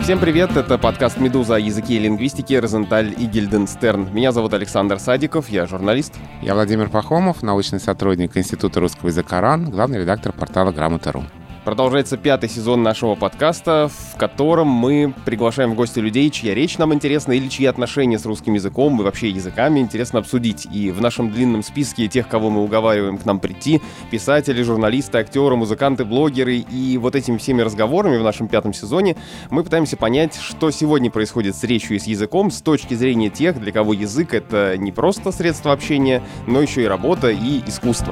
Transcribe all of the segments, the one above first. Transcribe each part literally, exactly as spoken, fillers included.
Всем привет, это подкаст «Медуза» о языке и лингвистике «Розенталь и Гильденстерн». Меня зовут Александр Садиков, я журналист. Я Владимир Пахомов, научный сотрудник Института русского языка РАН, главный редактор портала Грамота точка ру. Продолжается пятый сезон нашего подкаста, в котором мы приглашаем в гости людей, чья речь нам интересна или чьи отношения с русским языком и вообще языками интересно обсудить. И в нашем длинном списке тех, кого мы уговариваем к нам прийти, писатели, журналисты, актеры, музыканты, блогеры, и вот этими всеми разговорами в нашем пятом сезоне мы пытаемся понять, что сегодня происходит с речью и с языком с точки зрения тех, для кого язык — это не просто средство общения, но еще и работа и искусство.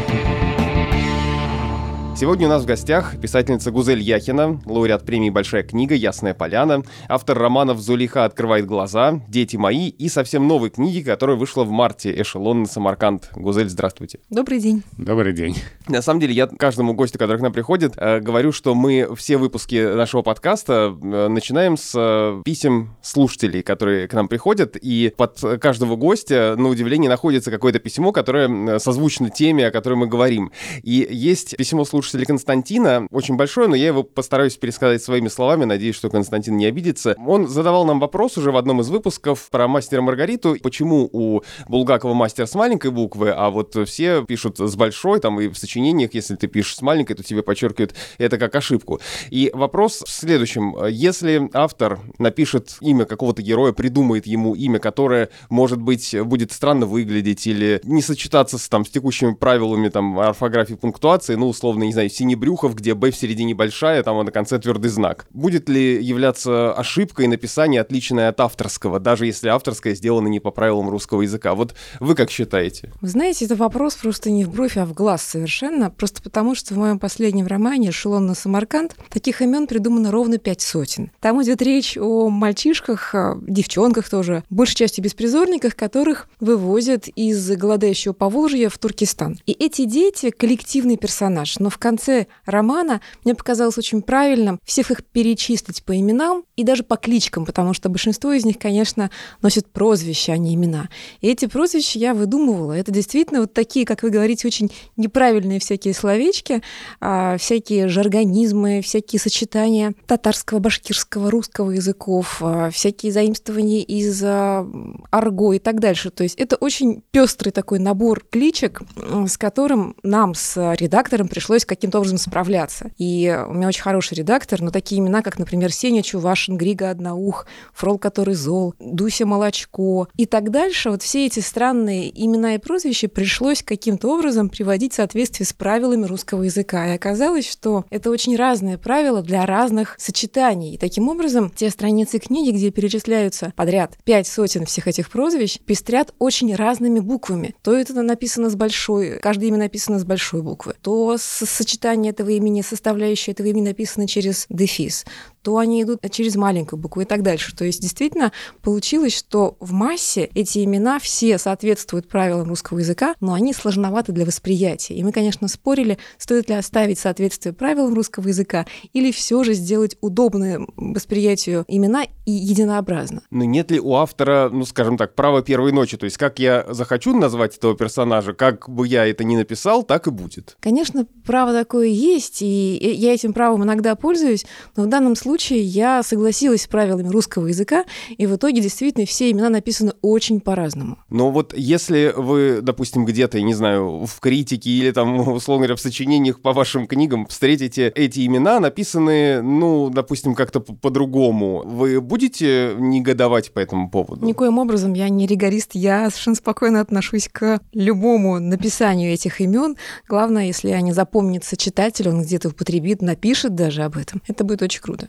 Сегодня у нас в гостях писательница Гузель Яхина, лауреат премии «Большая книга», «Ясная поляна», автор романов «Зулейха открывает глаза», «Дети мои» и совсем новой книги, которая вышла в марте, «Эшелон на Самарканд». Гузель, здравствуйте. Добрый день. Добрый день. На самом деле, я каждому гостю, который к нам приходит, говорю, что мы все выпуски нашего подкаста начинаем с писем слушателей, которые к нам приходят, и под каждого гостя, на удивление, находится какое-то письмо, которое созвучно теме, о которой мы говорим. И есть письмо слушателей Константина, очень большое, но я его постараюсь пересказать своими словами, надеюсь, что Константин не обидится. Он задавал нам вопрос уже в одном из выпусков про «Мастера и Маргариту», почему у Булгакова мастер с маленькой буквы, а вот все пишут с большой, там и в сочинениях, если ты пишешь с маленькой, то тебе подчеркивают это как ошибку. И вопрос в следующем. Если автор напишет имя какого-то героя, придумает ему имя, которое, может быть, будет странно выглядеть или не сочетаться с, там, с текущими правилами там, орфографии, пунктуации, ну, условно, не знаю, Синебрюхов, где «Б» в середине большая, там, а на конце твердый знак. Будет ли являться ошибкой написание, отличное от авторского, даже если авторское сделано не по правилам русского языка? Вот вы как считаете? Вы знаете, это вопрос просто не в бровь, а в глаз совершенно, просто потому что в моем последнем романе «Эшелон на Самарканд» таких имен придумано ровно пять сотен. Там идет речь о мальчишках, девчонках тоже, большей частью беспризорниках, которых вывозят из голодающего Поволжья в Туркестан. И эти дети — коллективный персонаж, но в конце романа мне показалось очень правильным всех их перечислить по именам и даже по кличкам, потому что большинство из них, конечно, носят прозвища, а не имена. И эти прозвища я выдумывала. Это действительно вот такие, как вы говорите, очень неправильные всякие словечки, всякие жаргонизмы, всякие сочетания татарского, башкирского, русского языков, всякие заимствования из арго и так дальше. То есть это очень пестрый такой набор кличек, с которым нам с редактором пришлось каким-то образом справляться. И у меня очень хороший редактор, но такие имена, как, например, Сеня Чувашин, Грига Одноух, Фрол, который зол, Дуся Молочко и так дальше, вот все эти странные имена и прозвища пришлось каким-то образом приводить в соответствие с правилами русского языка. И оказалось, что это очень разные правила для разных сочетаний. И таким образом те страницы книги, где перечисляются подряд пять сотен всех этих прозвищ, пестрят очень разными буквами. То это написано с большой, каждое имя написано с большой буквы, то сочетание этого имени, составляющие этого имени написаны через дефис, то они идут через маленькую букву и так дальше. То есть действительно получилось, что в массе эти имена все соответствуют правилам русского языка, но они сложноваты для восприятия. И мы, конечно, спорили, стоит ли оставить соответствие правилам русского языка или все же сделать удобное восприятию имена и единообразно. Но нет ли у автора, ну, скажем так, права первой ночи? То есть как я захочу назвать этого персонажа, как бы я это ни написал, так и будет? Конечно, право такое есть, и я этим правом иногда пользуюсь, но в данном случае я согласилась с правилами русского языка, и в итоге действительно все имена написаны очень по-разному. Но вот если вы, допустим, где-то, я не знаю, в критике или там, условно говоря, в сочинениях по вашим книгам встретите эти имена, написанные, ну, допустим, как-то по-другому, вы будете негодовать по этому поводу? Никоим образом я не ригорист, я совершенно спокойно отношусь к любому написанию этих имен. Главное, если они запомнятся читателю, он где-то употребит, напишет даже об этом. Это будет очень круто.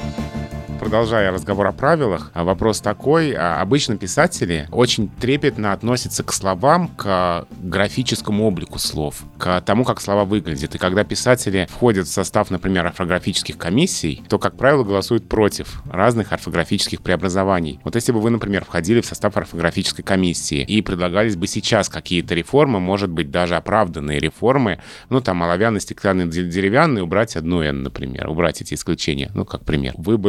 Продолжая разговор о правилах, вопрос такой. Обычно писатели очень трепетно относятся к словам, к графическому облику слов, к тому, как слова выглядят. И когда писатели входят в состав, например, орфографических комиссий, то, как правило, голосуют против разных орфографических преобразований. Вот если бы вы, например, входили в состав орфографической комиссии и предлагались бы сейчас какие-то реформы, может быть, даже оправданные реформы, ну, там, оловянный, стеклянный, деревянный, убрать одну «н», например, убрать эти исключения, ну, как пример. Вы бы были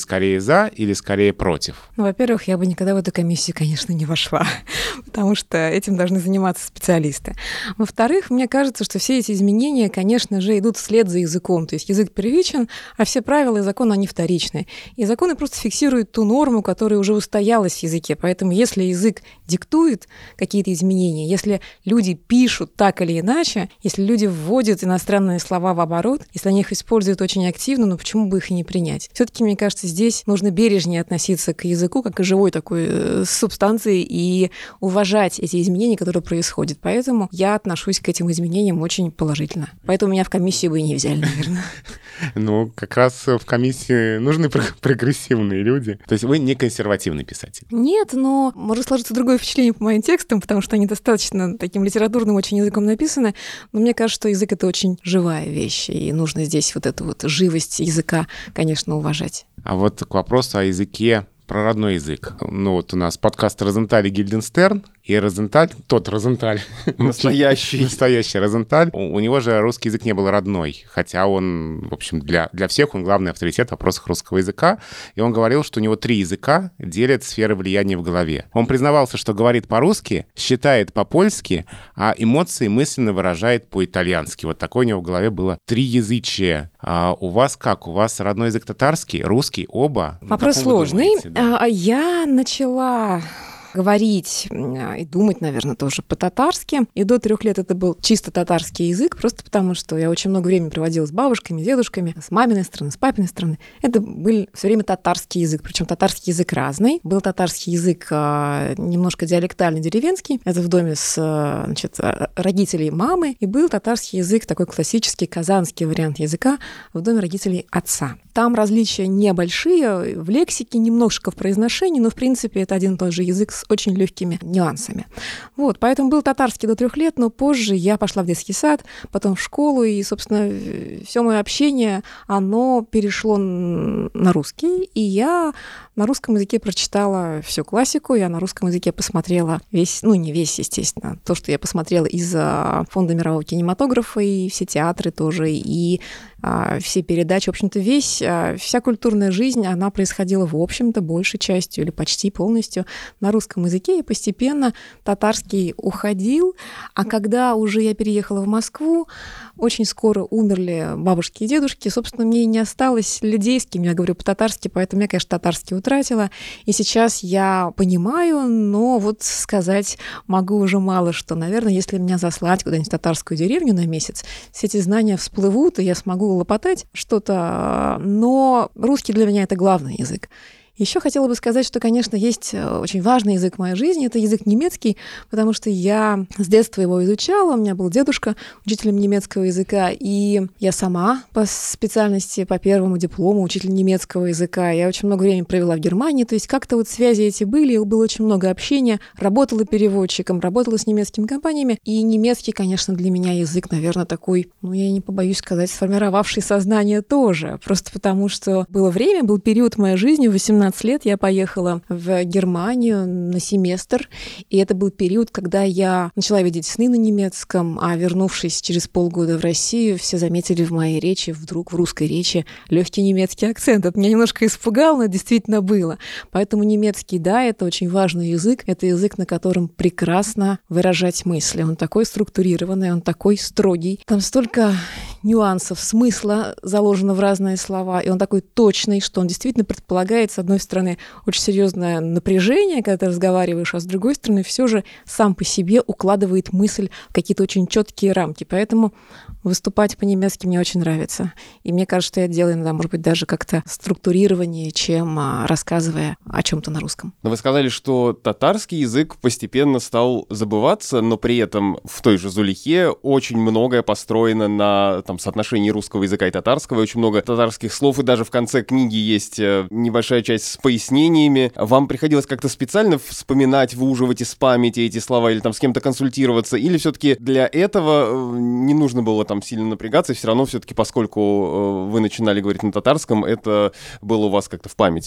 скорее за или скорее против? Ну, во-первых, я бы никогда в эту комиссию, конечно, не вошла, потому что этим должны заниматься специалисты. Во-вторых, мне кажется, что все эти изменения, конечно же, идут вслед за языком. То есть язык первичен, а все правила и законы, они вторичны. И законы просто фиксируют ту норму, которая уже устоялась в языке. Поэтому если язык диктует какие-то изменения, если люди пишут так или иначе, если люди вводят иностранные слова в оборот, если они их используют очень активно, ну почему бы их и не принять? Все-таки, мне кажется, здесь нужно бережнее относиться к языку, как к живой такой субстанции, и уважать эти изменения, которые происходят. Поэтому я отношусь к этим изменениям очень положительно. Поэтому меня в комиссию бы и не взяли, наверное. Ну, как раз в комиссии нужны прогрессивные люди. То есть вы не консервативный писатель? Нет, но может сложиться другое впечатление по моим текстам, потому что они достаточно таким литературным очень языком написаны. Но мне кажется, что язык — это очень живая вещь, и нужно здесь вот эту вот живость языка, конечно, уважать. А вот к вопросу о языке про родной язык. Ну вот у нас подкаст «Розенталь и Гильденстерн», и Розенталь, тот Розенталь, настоящий, настоящий Розенталь, у, у него же русский язык не был родной, хотя он, в общем, для, для всех он главный авторитет в вопросах русского языка, и он говорил, что у него три языка делят сферы влияния в голове. Он признавался, что говорит по-русски, считает по-польски, а эмоции мысленно выражает по-итальянски. Вот такое у него в голове было триязычие. А у вас как? У вас родной язык татарский, русский, оба? Вопрос сложный. Да? Я начала говорить и думать, наверное, тоже по-татарски. И до трех лет это был чисто татарский язык, просто потому что я очень много времени проводила с бабушками, дедушками, с маминой стороны, с папиной стороны. Это был все время татарский язык, причем татарский язык разный. Был татарский язык немножко диалектальный, деревенский. Это в доме с, значит, родителей мамы. И был татарский язык, такой классический казанский вариант языка, в доме родителей отца. Там различия небольшие, в лексике, немножко в произношении, но, в принципе, это один и тот же язык с очень легкими нюансами. Вот, поэтому был татарский до трех лет, но позже я пошла в детский сад, потом в школу, и, собственно, все мое общение, оно перешло на русский, и я на русском языке прочитала всю классику, я на русском языке посмотрела весь, ну, не весь, естественно, то, что я посмотрела из Фонда мирового кинематографа, и все театры тоже, и а, все передачи, в общем-то, весь, а, вся культурная жизнь, она происходила, в общем-то, большей частью или почти полностью на русском языке, и постепенно татарский уходил, а когда уже я переехала в Москву, очень скоро умерли бабушки и дедушки, собственно, мне не осталось людей, с кем я говорю по-татарски, поэтому я, конечно, татарский утратила, и сейчас я понимаю, но вот сказать могу уже мало что. Наверное, если меня заслать куда-нибудь в татарскую деревню на месяц, все эти знания всплывут, и я смогу лопотать что-то, но русский для меня — это главный язык. Еще хотела бы сказать, что, конечно, есть очень важный язык в моей жизни, это язык немецкий, потому что я с детства его изучала, у меня был дедушка учителем немецкого языка, и я сама по специальности, по первому диплому учитель немецкого языка, я очень много времени провела в Германии, то есть как-то вот связи эти были, было очень много общения, работала переводчиком, работала с немецкими компаниями, и немецкий, конечно, для меня язык, наверное, такой, ну, я не побоюсь сказать, сформировавший сознание тоже, просто потому что было время, был период в моей жизни, восемнадцать лет я поехала в Германию на семестр, и это был период, когда я начала видеть сны на немецком, а вернувшись через полгода в Россию, все заметили в моей речи, вдруг в русской речи, легкий немецкий акцент. Это меня немножко испугало, но это действительно было. Поэтому немецкий, да, это очень важный язык, это язык, на котором прекрасно выражать мысли. Он такой структурированный, он такой строгий. Там столько нюансов, смысла заложено в разные слова, и он такой точный, что он действительно предполагает, с одной стороны, очень серьезное напряжение, когда ты разговариваешь, а с другой стороны, все же сам по себе укладывает мысль в какие-то очень четкие рамки. Поэтому выступать по-немецки мне очень нравится. И мне кажется, что я делаю иногда, может быть, даже как-то структурированнее, чем рассказывая о чем-то на русском. Но вы сказали, что татарский язык постепенно стал забываться, но при этом в той же Зулихе очень многое построено на там, соотношении русского языка и татарского, и очень много татарских слов, и даже в конце книги есть небольшая часть с пояснениями. Вам приходилось как-то специально вспоминать, выуживать из памяти эти слова или там с кем-то консультироваться, или все-таки для этого не нужно было там сильно напрягаться, и все равно все-таки, поскольку вы начинали говорить на татарском, это было у вас как-то в памяти?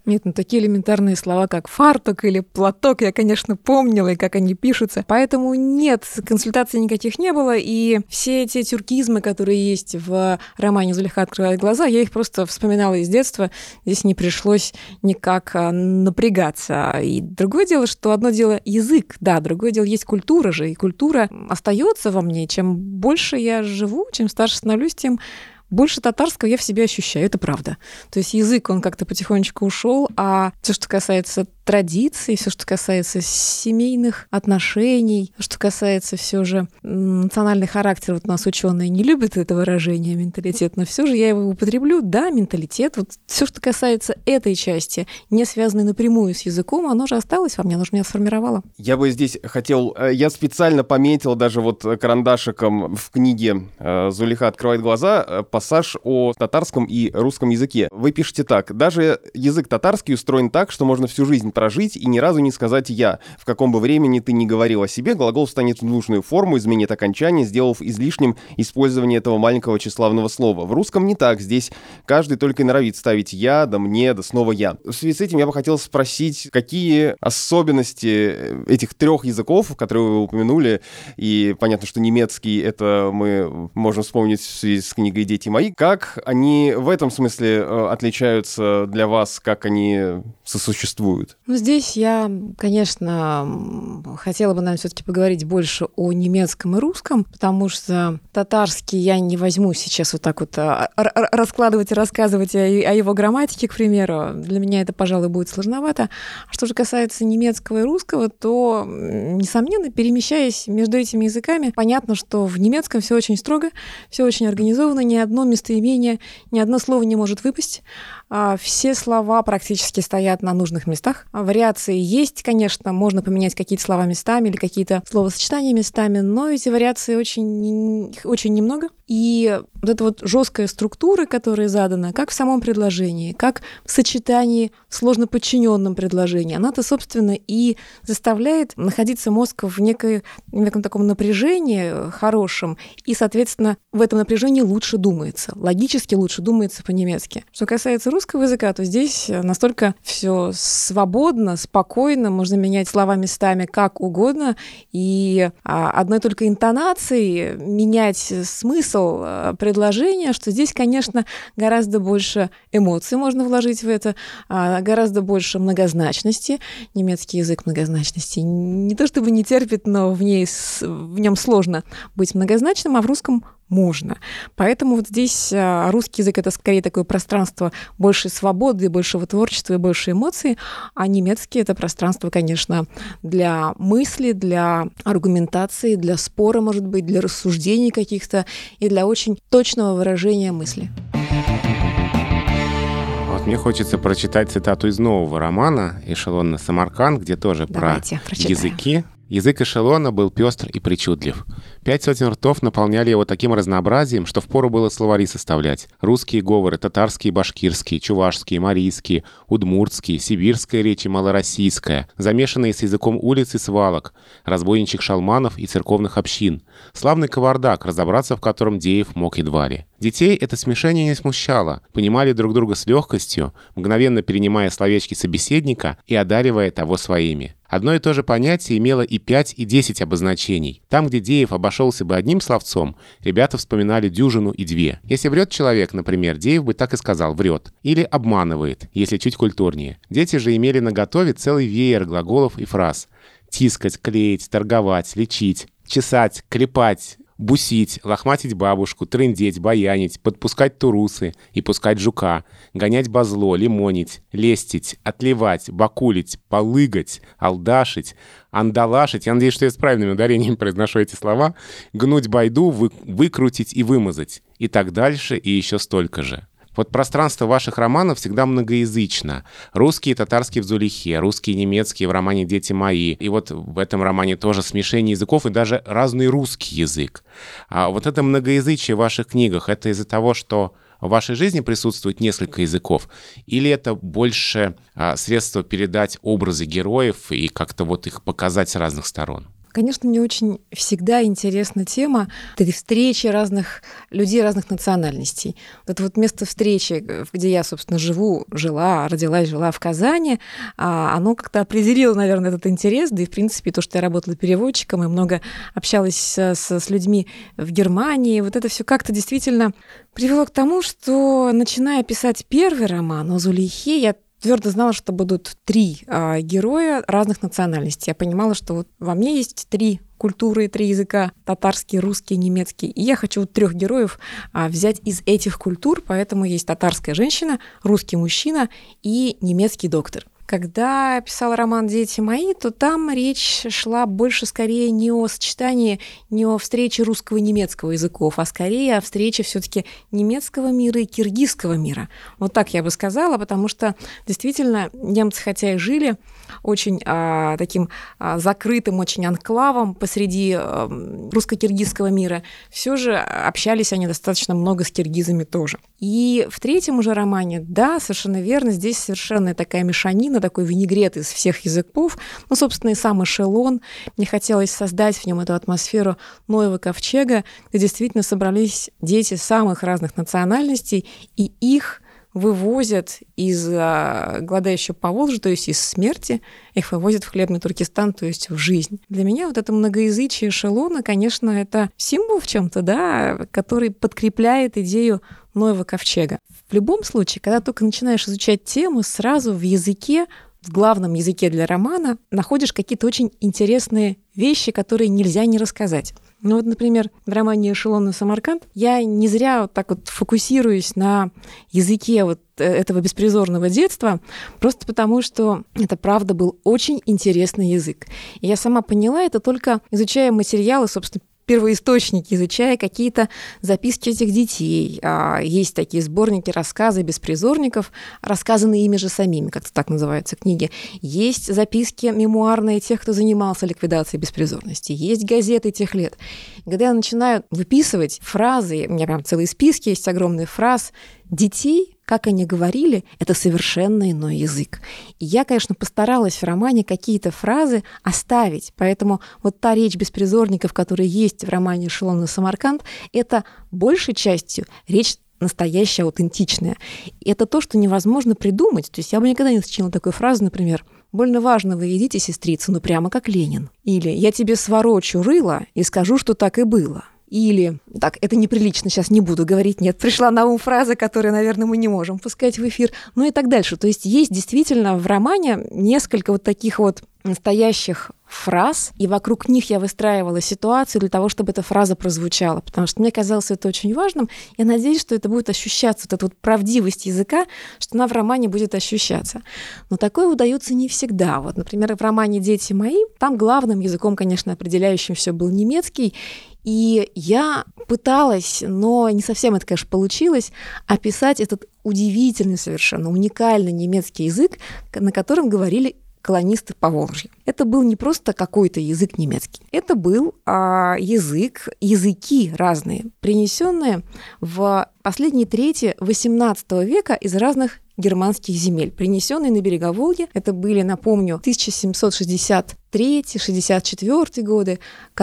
Нет, ну такие элементарные слова, как фартук или платок, я, конечно, помнила, и как они пишутся. Поэтому нет, консультаций никаких не было, и все эти тюркизмы, которые есть в романе «Зулейха открывает глаза», я их просто вспоминала из детства. Здесь не пришлось никак напрягаться. И другое дело, что одно дело язык, да, другое дело есть культура же, и культура остается во мне. Чем больше я живу, чем старше становлюсь, тем больше татарского я в себе ощущаю, это правда. То есть язык, он как-то потихонечку ушел, а все, что касается традиций, все, что касается семейных отношений, что касается все же национальный характер, вот у нас ученые не любят это выражение менталитет, но все же я его употреблю, да, менталитет, вот все, что касается этой части, не связанной напрямую с языком, оно же осталось во мне, оно же меня сформировало. Я бы здесь хотел, я специально пометил даже вот карандашиком в книге «Зулейха открывает глаза» пассаж о татарском и русском языке. Вы пишете так: даже язык татарский устроен так, что можно всю жизнь прожить и ни разу не сказать «я». В каком бы времени ты ни говорил о себе, глагол встанет в нужную форму, изменит окончание, сделав излишним использование этого маленького тщеславного слова. В русском не так. Здесь каждый только и норовит ставить «я», да «мне», да снова «я». В связи с этим я бы хотел спросить, какие особенности этих трех языков, которые вы упомянули, и понятно, что немецкий — это мы можем вспомнить в связи с книгой «Дети мои», как они в этом смысле отличаются для вас, как они сосуществуют? Ну, здесь я, конечно, хотела бы, наверное, все-таки поговорить больше о немецком и русском, потому что татарский я не возьму сейчас вот так вот раскладывать и рассказывать о его грамматике, к примеру. Для меня это, пожалуй, будет сложновато. А что же касается немецкого и русского, то, несомненно, перемещаясь между этими языками, понятно, что в немецком все очень строго, все очень организовано, ни одно местоимение, ни одно слово не может выпасть. Все слова практически стоят на нужных местах. Вариации есть, конечно, можно поменять какие-то слова местами или какие-то словосочетания местами, но эти вариации очень, их очень немного. И вот эта вот жесткая структура, которая задана, как в самом предложении, как в сочетании в сложно подчиненном предложении, она-то, собственно, и заставляет находиться мозг в, некой, в неком таком напряжении хорошем, и, соответственно, в этом напряжении лучше думается, логически лучше думается по-немецки. Что касается русского языка, то здесь настолько все свободно, спокойно, можно менять слова местами как угодно, и одной только интонацией менять смысл предложения, что здесь, конечно, гораздо больше эмоций можно вложить в это, гораздо больше многозначности. Немецкий язык многозначности не то чтобы не терпит, но в, ней, в нем сложно быть многозначным, а в русском можно. Поэтому вот здесь русский язык — это скорее такое пространство большей свободы, большего творчества и больше эмоций, а немецкий — это пространство, конечно, для мысли, для аргументации, для спора, может быть, для рассуждений каких-то и для очень точного выражения мысли. Вот мне хочется прочитать цитату из нового романа «Эшелон на Самарканд», где тоже Давайте, про прочитаем. языки. Язык эшелона был пестр и причудлив. Пять сотен ртов наполняли его таким разнообразием, что впору было словари составлять. Русские говоры, татарские, башкирские, чувашские, марийские, удмуртские, сибирская речь и малороссийская, замешанные с языком улиц и свалок, разбойничьих шалманов и церковных общин. Славный кавардак, разобраться в котором Деев мог едва ли. Детей это смешение не смущало, понимали друг друга с легкостью, мгновенно перенимая словечки собеседника и одаривая того своими. Одно и то же понятие имело и пять, и десять обозначений. Там, где Деев обошелся бы одним словцом, ребята вспоминали дюжину и две. Если врет человек, например, Деев бы так и сказал «врет». Или обманывает, если чуть культурнее. Дети же имели наготове целый веер глаголов и фраз. Тискать, клеить, торговать, лечить, чесать, клепать, бусить, лохматить бабушку, трындеть, баянить, подпускать турусы и пускать жука, гонять базло, лимонить, лестить, отливать, бакулить, полыгать, алдашить, андалашить, я надеюсь, что я с правильными ударениями произношу эти слова, гнуть байду, вы, выкрутить и вымазать, и так дальше, и еще столько же. Вот пространство ваших романов всегда многоязычно. Русский и татарский в «Зулейхе», русский и немецкий в романе «Дети мои». И вот в этом романе тоже смешение языков и даже разный русский язык. А вот это многоязычие в ваших книгах, это из-за того, что в вашей жизни присутствует несколько языков? Или это больше а, средство передать образы героев и как-то вот их показать с разных сторон? Конечно, мне очень всегда интересна тема этой встречи разных людей, разных национальностей. Вот это вот место встречи, где я, собственно, живу, жила, родилась, жила в Казани, оно как-то определило, наверное, этот интерес, да и, в принципе, то, что я работала переводчиком и много общалась с, с людьми в Германии, вот это все как-то действительно привело к тому, что, начиная писать первый роман о Зулейхе, я твердо знала, что будут три а, героя разных национальностей. Я понимала, что вот во мне есть три культуры, три языка: татарский, русский, немецкий. И я хочу вот трех героев а, взять из этих культур, поэтому есть татарская женщина, русский мужчина и немецкий доктор. Когда я писала роман «Дети мои», то там речь шла больше скорее не о сочетании, не о встрече русского и немецкого языков, а скорее о встрече все-таки немецкого мира и киргизского мира. Вот так я бы сказала, потому что действительно немцы, хотя и жили очень а, таким а, закрытым, очень анклавом посреди а, русско-киргизского мира, все же общались они достаточно много с киргизами тоже. И в третьем уже романе, да, совершенно верно, здесь совершенно такая мешанина, такой винегрет из всех языков, ну, собственно, и сам эшелон. Мне хотелось создать в нем эту атмосферу Ноева ковчега, где действительно собрались дети самых разных национальностей, и их вывозят из а, голодающего Поволжья, то есть из смерти, их вывозят в хлебный Туркестан, то есть в жизнь. Для меня вот это многоязычие эшелона, конечно, это символ в чем-то, да, который подкрепляет идею Ноева ковчега. В любом случае, когда только начинаешь изучать тему, сразу в языке, в главном языке для романа, находишь какие-то очень интересные вещи, которые нельзя не рассказать. Ну вот, например, в романе «Эшелон на Самарканд» я не зря вот так вот фокусируюсь на языке вот этого беспризорного детства, просто потому что это, правда, был очень интересный язык. И я сама поняла это только изучая материалы, собственно, первоисточники, изучая какие-то записки этих детей. Есть такие сборники, рассказы беспризорников, рассказанные ими же самими, как-то так называются книги. Есть записки мемуарные тех, кто занимался ликвидацией беспризорности. Есть газеты тех лет. Когда я начинаю выписывать фразы, у меня прям целые списки есть огромные фраз детей, как они говорили, это совершенно иной язык. И я, конечно, постаралась в романе какие-то фразы оставить. Поэтому вот та речь беспризорников, которая есть в романе «Эшелон на Самарканд», это большей частью речь настоящая, аутентичная. И это то, что невозможно придумать. То есть я бы никогда не сочинила такую фразу, например: «Больно важно, вы едите, сестрица, ну прямо как Ленин». Или «Я тебе сворочу рыло и скажу, что так и было». Или, так, это неприлично, сейчас не буду говорить, нет, пришла на ум фраза, которую, наверное, мы не можем пускать в эфир, ну и так дальше. То есть есть действительно в романе несколько вот таких вот настоящих фраз, и вокруг них я выстраивала ситуацию для того, чтобы эта фраза прозвучала, потому что мне казалось это очень важным. Я надеюсь, что это будет ощущаться, вот эта вот правдивость языка, что она в романе будет ощущаться. Но такое удается не всегда. Вот, например, в романе «Дети мои», там главным языком, конечно, определяющим все был немецкий, и я пыталась, но не совсем это, конечно, получилось, описать этот удивительный, совершенно уникальный немецкий язык, на котором говорили колонисты Поволжья. Это был не просто какой-то язык немецкий, это был а, язык, языки разные, принесенные в последней трети восемнадцатого века из разных германских земель, принесенные на берега Волги. Это были, напомню, тысяча семьсот шестьдесят третий — шестьдесят четвёртый годы,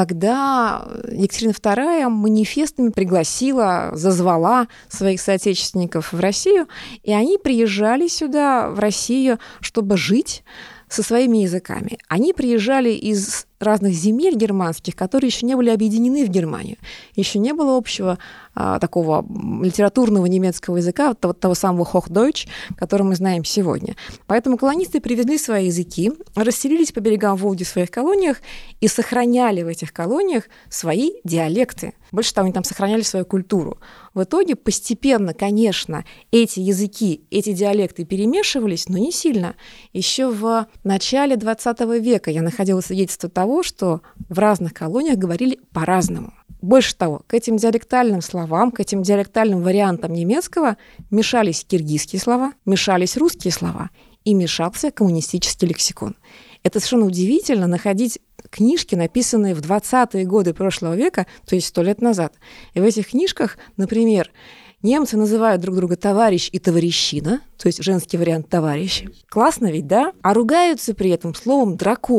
когда Екатерина вторая манифестами пригласила, зазвала своих соотечественников в Россию, и они приезжали сюда, в Россию, чтобы жить со своими языками. Они приезжали из разных земель германских, которые еще не были объединены в Германию. Еще не было общего а, такого литературного немецкого языка, того, того самого Hochdeutsch, который мы знаем сегодня. Поэтому колонисты привезли свои языки, расселились по берегам Волги в своих колониях и сохраняли в этих колониях свои диалекты. Больше того, они там сохраняли свою культуру. В итоге постепенно, конечно, эти языки, эти диалекты перемешивались, но не сильно. Еще в начале двадцатого века я находила свидетельство того, что в разных колониях говорили по-разному. Больше того, к этим диалектальным словам, к этим диалектальным вариантам немецкого мешались киргизские слова, мешались русские слова и мешался коммунистический лексикон. Это совершенно удивительно находить книжки, написанные в двадцатые годы прошлого века, то есть сто лет назад. И в этих книжках, например, немцы называют друг друга товарищ и товарищина, то есть женский вариант товарищ. Классно ведь, да? А ругаются при этом словом дракон.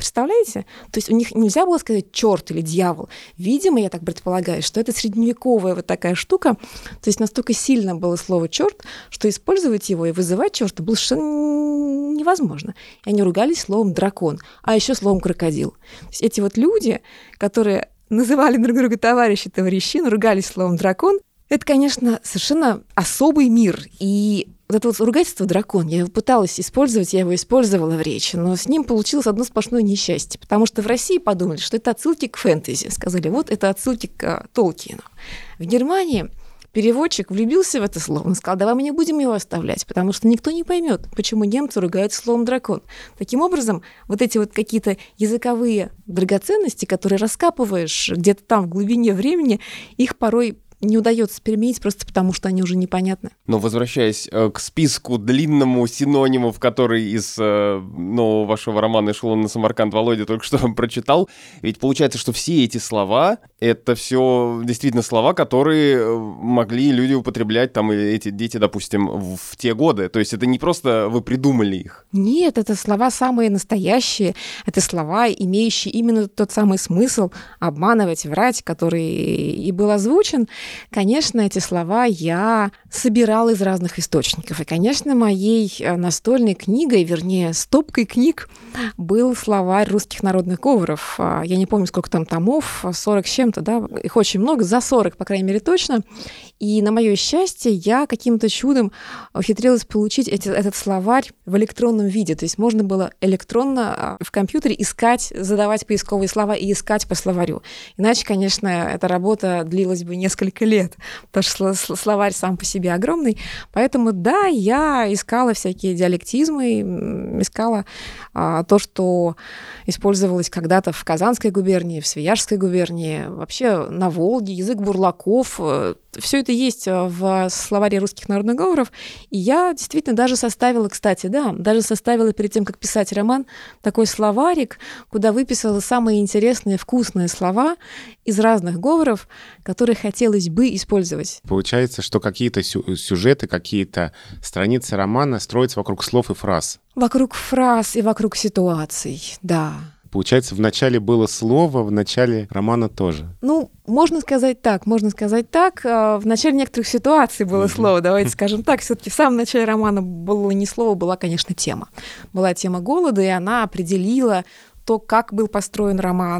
Представляете? То есть у них нельзя было сказать черт или дьявол. Видимо, я так предполагаю, что это средневековая вот такая штука. То есть настолько сильно было слово черт, что использовать его и вызывать черта было совершенно невозможно. И они ругались словом дракон, а еще словом крокодил. То есть эти вот люди, которые называли друг друга товарищи, товарищи, ругались словом дракон, это, конечно, совершенно особый мир. И вот это вот ругательство «дракон», я его пыталась использовать, я его использовала в речи, но с ним получилось одно сплошное несчастье, потому что в России подумали, что это отсылки к фэнтези. Сказали, вот это отсылки к Толкину. В Германии переводчик влюбился в это слово, он сказал, давай мы не будем его оставлять, потому что никто не поймет, почему немцы ругаются словом «дракон». Таким образом, вот эти вот какие-то языковые драгоценности, которые раскапываешь где-то там в глубине времени, их порой не удается применить просто потому, что они уже непонятны. Но возвращаясь э, к списку длинному синонимов, который из э, нового вашего романа «Эшелон на Самарканд» Володя только что прочитал, ведь получается, что все эти слова — это все действительно слова, которые могли люди употреблять, там, или эти дети, допустим, в, в те годы. То есть это не просто вы придумали их. Нет, это слова самые настоящие, это слова, имеющие именно тот самый смысл обманывать, врать, который и был озвучен. Конечно, эти слова я собирала из разных источников. И, конечно, моей настольной книгой, вернее, стопкой книг был словарь русских народных говоров. Я не помню, сколько там томов, сорок с чем-то, да, их очень много, за сорок, по крайней мере, точно. И, на мое счастье, я каким-то чудом ухитрилась получить эти, этот словарь в электронном виде. То есть можно было электронно в компьютере искать, задавать поисковые слова и искать по словарю. Иначе, конечно, эта работа длилась бы несколько лет, потому что словарь сам по себе огромный. Поэтому, да, я искала всякие диалектизмы, искала а, то, что использовалось когда-то в Казанской губернии, в Свияжской губернии, вообще на Волге, язык бурлаков. Все это есть в словаре русских народных говоров. И я действительно даже составила, кстати, да, даже составила перед тем, как писать роман, такой словарик, куда выписала самые интересные, вкусные слова из разных говоров, которые хотелось бы использовать. Получается, что какие-то сю- сюжеты, какие-то страницы романа строятся вокруг слов и фраз. Вокруг фраз и вокруг ситуаций, да. Получается, в начале было слово, в начале романа тоже. Ну, можно сказать так, можно сказать так. В начале некоторых ситуаций было mm-hmm. слово, давайте скажем так. Все-таки в самом начале романа было не слово, была, конечно, тема. Была тема голода, и она определила то, как был построен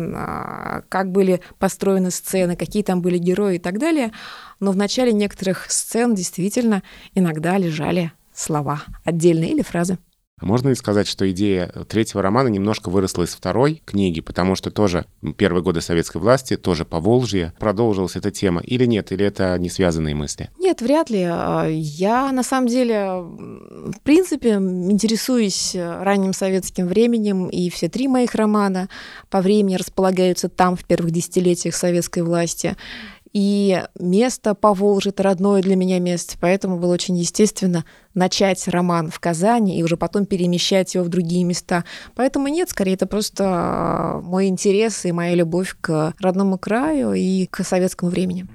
роман, как были построены сцены, какие там были герои и так далее. Но в начале некоторых сцен действительно иногда лежали слова отдельные или фразы. Можно ли сказать, что идея третьего романа немножко выросла из второй книги, потому что тоже первые годы советской власти, тоже Поволжье, продолжилась эта тема, или нет, или это не связанные мысли? Нет, вряд ли. Я, на самом деле, в принципе, интересуюсь ранним советским временем, и все три моих романа по времени располагаются там, в первых десятилетиях советской власти. И место Поволжье — это родное для меня место, поэтому было очень естественно начать роман в Казани и уже потом перемещать его в другие места. Поэтому нет, скорее, это просто мой интерес и моя любовь к родному краю и к советскому времени.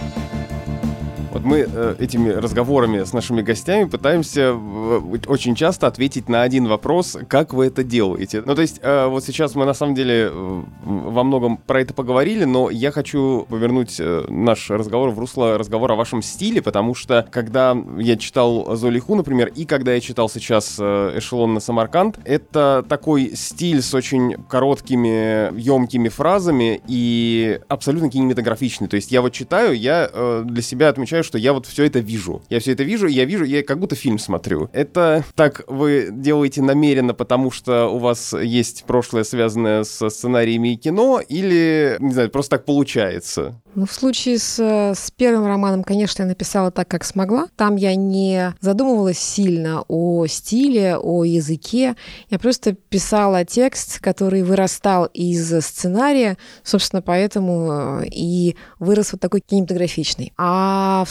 Вот мы э, этими разговорами с нашими гостями пытаемся э, очень часто ответить на один вопрос, как вы это делаете. Ну, то есть, э, вот сейчас мы на самом деле э, во многом про это поговорили, но я хочу повернуть э, наш разговор в русло разговора о вашем стиле, потому что, когда я читал Золиху, например, и когда я читал сейчас э, «Эшелон на Самарканд», это такой стиль с очень короткими, ёмкими фразами и абсолютно кинематографичный. То есть я вот читаю, я э, для себя отмечаю, что я вот все это вижу. Я все это вижу, и я вижу, я как будто фильм смотрю. Это так вы делаете намеренно, потому что у вас есть прошлое, связанное со сценариями и кино, или, не знаю, просто так получается? Ну, в случае с, с первым романом, конечно, я написала так, как смогла. Там я не задумывалась сильно о стиле, о языке. Я просто писала текст, который вырастал из сценария, собственно, поэтому и вырос вот такой кинематографичный. А в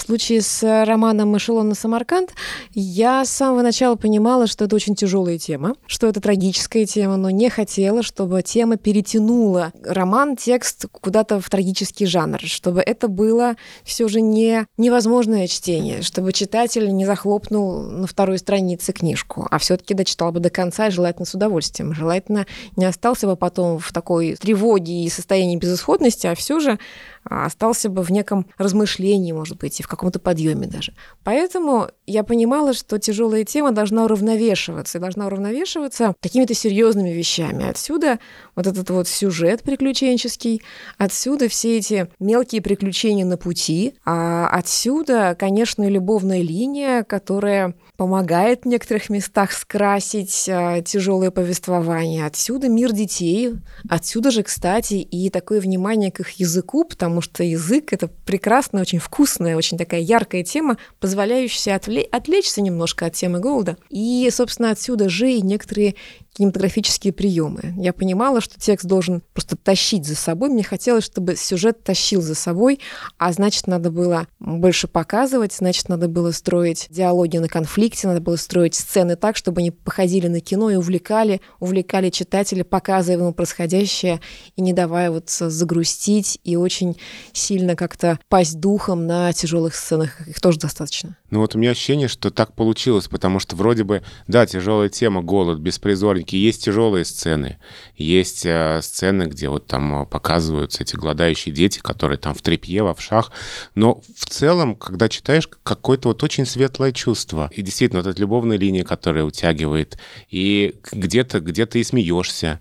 случае с романом «Эшелон на Самарканд» я с самого начала понимала, что это очень тяжелая тема, что это трагическая тема, но не хотела, чтобы тема перетянула роман, текст куда-то в трагический жанр, чтобы это было все же не невозможное чтение, чтобы читатель не захлопнул на второй странице книжку, а все-таки дочитал бы до конца, и желательно с удовольствием, желательно не остался бы потом в такой тревоге и состоянии безысходности, а все же остался бы в неком размышлении, может быть, и в каком-то подъеме даже. Поэтому я понимала, что тяжелая тема должна уравновешиваться, и должна уравновешиваться какими-то серьезными вещами. Отсюда вот этот вот сюжет приключенческий, отсюда все эти мелкие приключения на пути, а отсюда, конечно, любовная линия, которая помогает в некоторых местах скрасить а, тяжелое повествование. Отсюда мир детей, отсюда же, кстати, и такое внимание к их языку, потому что язык — это прекрасная, очень вкусная, очень такая яркая тема, позволяющая отвлечь, отвлечься немножко от темы голода. И, собственно, отсюда же и некоторые кинематографические приемы. Я понимала, что текст должен просто тащить за собой. Мне хотелось, чтобы сюжет тащил за собой, а значит, надо было больше показывать, значит, надо было строить диалоги на конфликте, надо было строить сцены так, чтобы они походили на кино и увлекали, увлекали читателя, показывая ему происходящее и не давая вот загрустить и очень сильно как-то пасть духом на тяжелых сценах. Их тоже достаточно. Ну вот у меня ощущение, что так получилось, потому что вроде бы, да, тяжелая тема, голод, беспризорники, есть тяжелые сцены, есть э, сцены, где вот там показываются эти голодающие дети, которые там в тряпье, в овшах, но в целом, когда читаешь, какое-то вот очень светлое чувство, и действительно вот эта любовная линия, которая утягивает, и где-то, где-то и смеешься,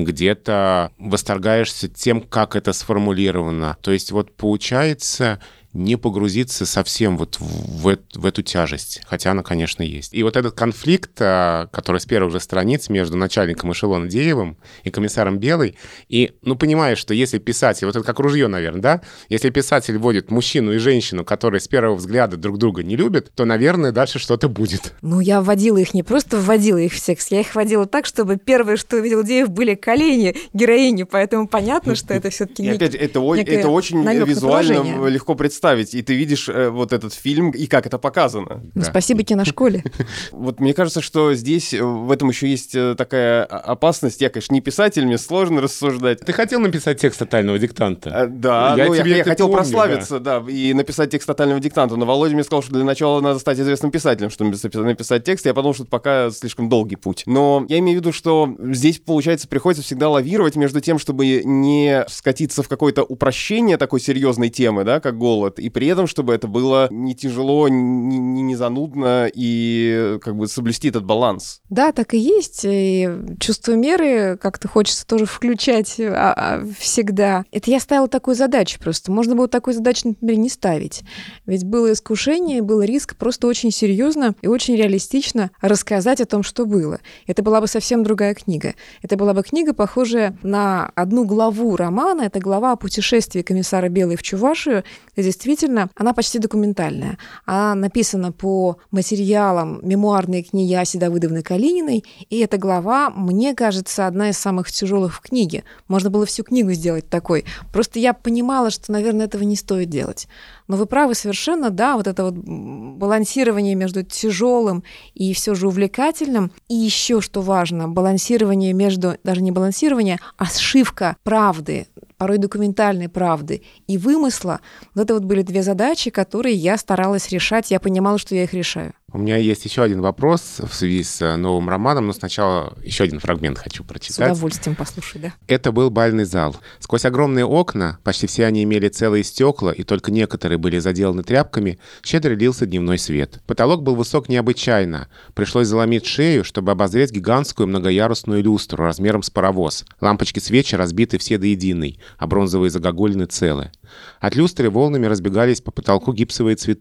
где-то восторгаешься тем, как это сформулировано, то есть вот получается не погрузиться совсем вот в, в эту тяжесть, хотя она, конечно, есть. И вот этот конфликт, который с первых же страниц между начальником эшелона Деевым и комиссаром Белой, и, ну, понимаешь, что если писатель, вот это как ружье, наверное, да, если писатель вводит мужчину и женщину, которые с первого взгляда друг друга не любят, то, наверное, дальше что-то будет. Ну, я вводила их, не просто вводила их в текст, я их вводила так, чтобы первое, что увидел Деев, были колени героини, поэтому понятно, что это все-таки не... Опять, это, это очень визуально легко представить. Ставить, и ты видишь э, вот этот фильм, и как это показано. Ну, да. Спасибо киношколе. Вот мне кажется, что здесь в этом еще есть такая опасность. Я, конечно, не писатель, мне сложно рассуждать. Ты хотел написать текст «Тотального диктанта»? А, да, я, ну, я, я хотел помню, прославиться, да. да, и написать текст «Тотального диктанта», но Володя мне сказал, что для начала надо стать известным писателем, чтобы написать текст. Я подумал, что это пока слишком долгий путь. Но я имею в виду, что здесь, получается, приходится всегда лавировать между тем, чтобы не скатиться в какое-то упрощение такой серьезной темы, да, как голод, и при этом, чтобы это было не тяжело, не, не, не занудно, и как бы соблюсти этот баланс. Да, так и есть. И чувство меры как-то хочется тоже включать а, а, всегда. Это я ставила такую задачу просто. Можно было такую задачу, например, не ставить. Ведь было искушение, был риск просто очень серьезно и очень реалистично рассказать о том, что было. Это была бы совсем другая книга. Это была бы книга, похожая на одну главу романа. Это глава о путешествии комиссара Белой в Чувашию, где действительно она почти документальная. Она написана по материалам мемуарной книги Аси Давыдовны Калининой, и эта глава, мне кажется, одна из самых тяжелых в книге. Можно было всю книгу сделать такой. Просто я понимала, что, наверное, этого не стоит делать. Но вы правы совершенно, да, вот это вот балансирование между тяжелым и все же увлекательным. И еще, что важно, балансирование между, даже не балансирование, а сшивка правды, порой документальной правды и вымысла. Вот это вот были две задачи, которые я старалась решать. Я понимала, что я их решаю. У меня есть еще один вопрос в связи с новым романом, но сначала еще один фрагмент хочу прочитать. С удовольствием послушай, да. Это был бальный зал. Сквозь огромные окна, почти все они имели целые стекла, и только некоторые были заделаны тряпками, щедро лился дневной свет. Потолок был высок необычайно. Пришлось заломить шею, чтобы обозреть гигантскую многоярусную люстру размером с паровоз. Лампочки свечи разбиты все до единой, а бронзовые загогулины целы. От люстры волнами разбегались по потолку гипсовые цветы,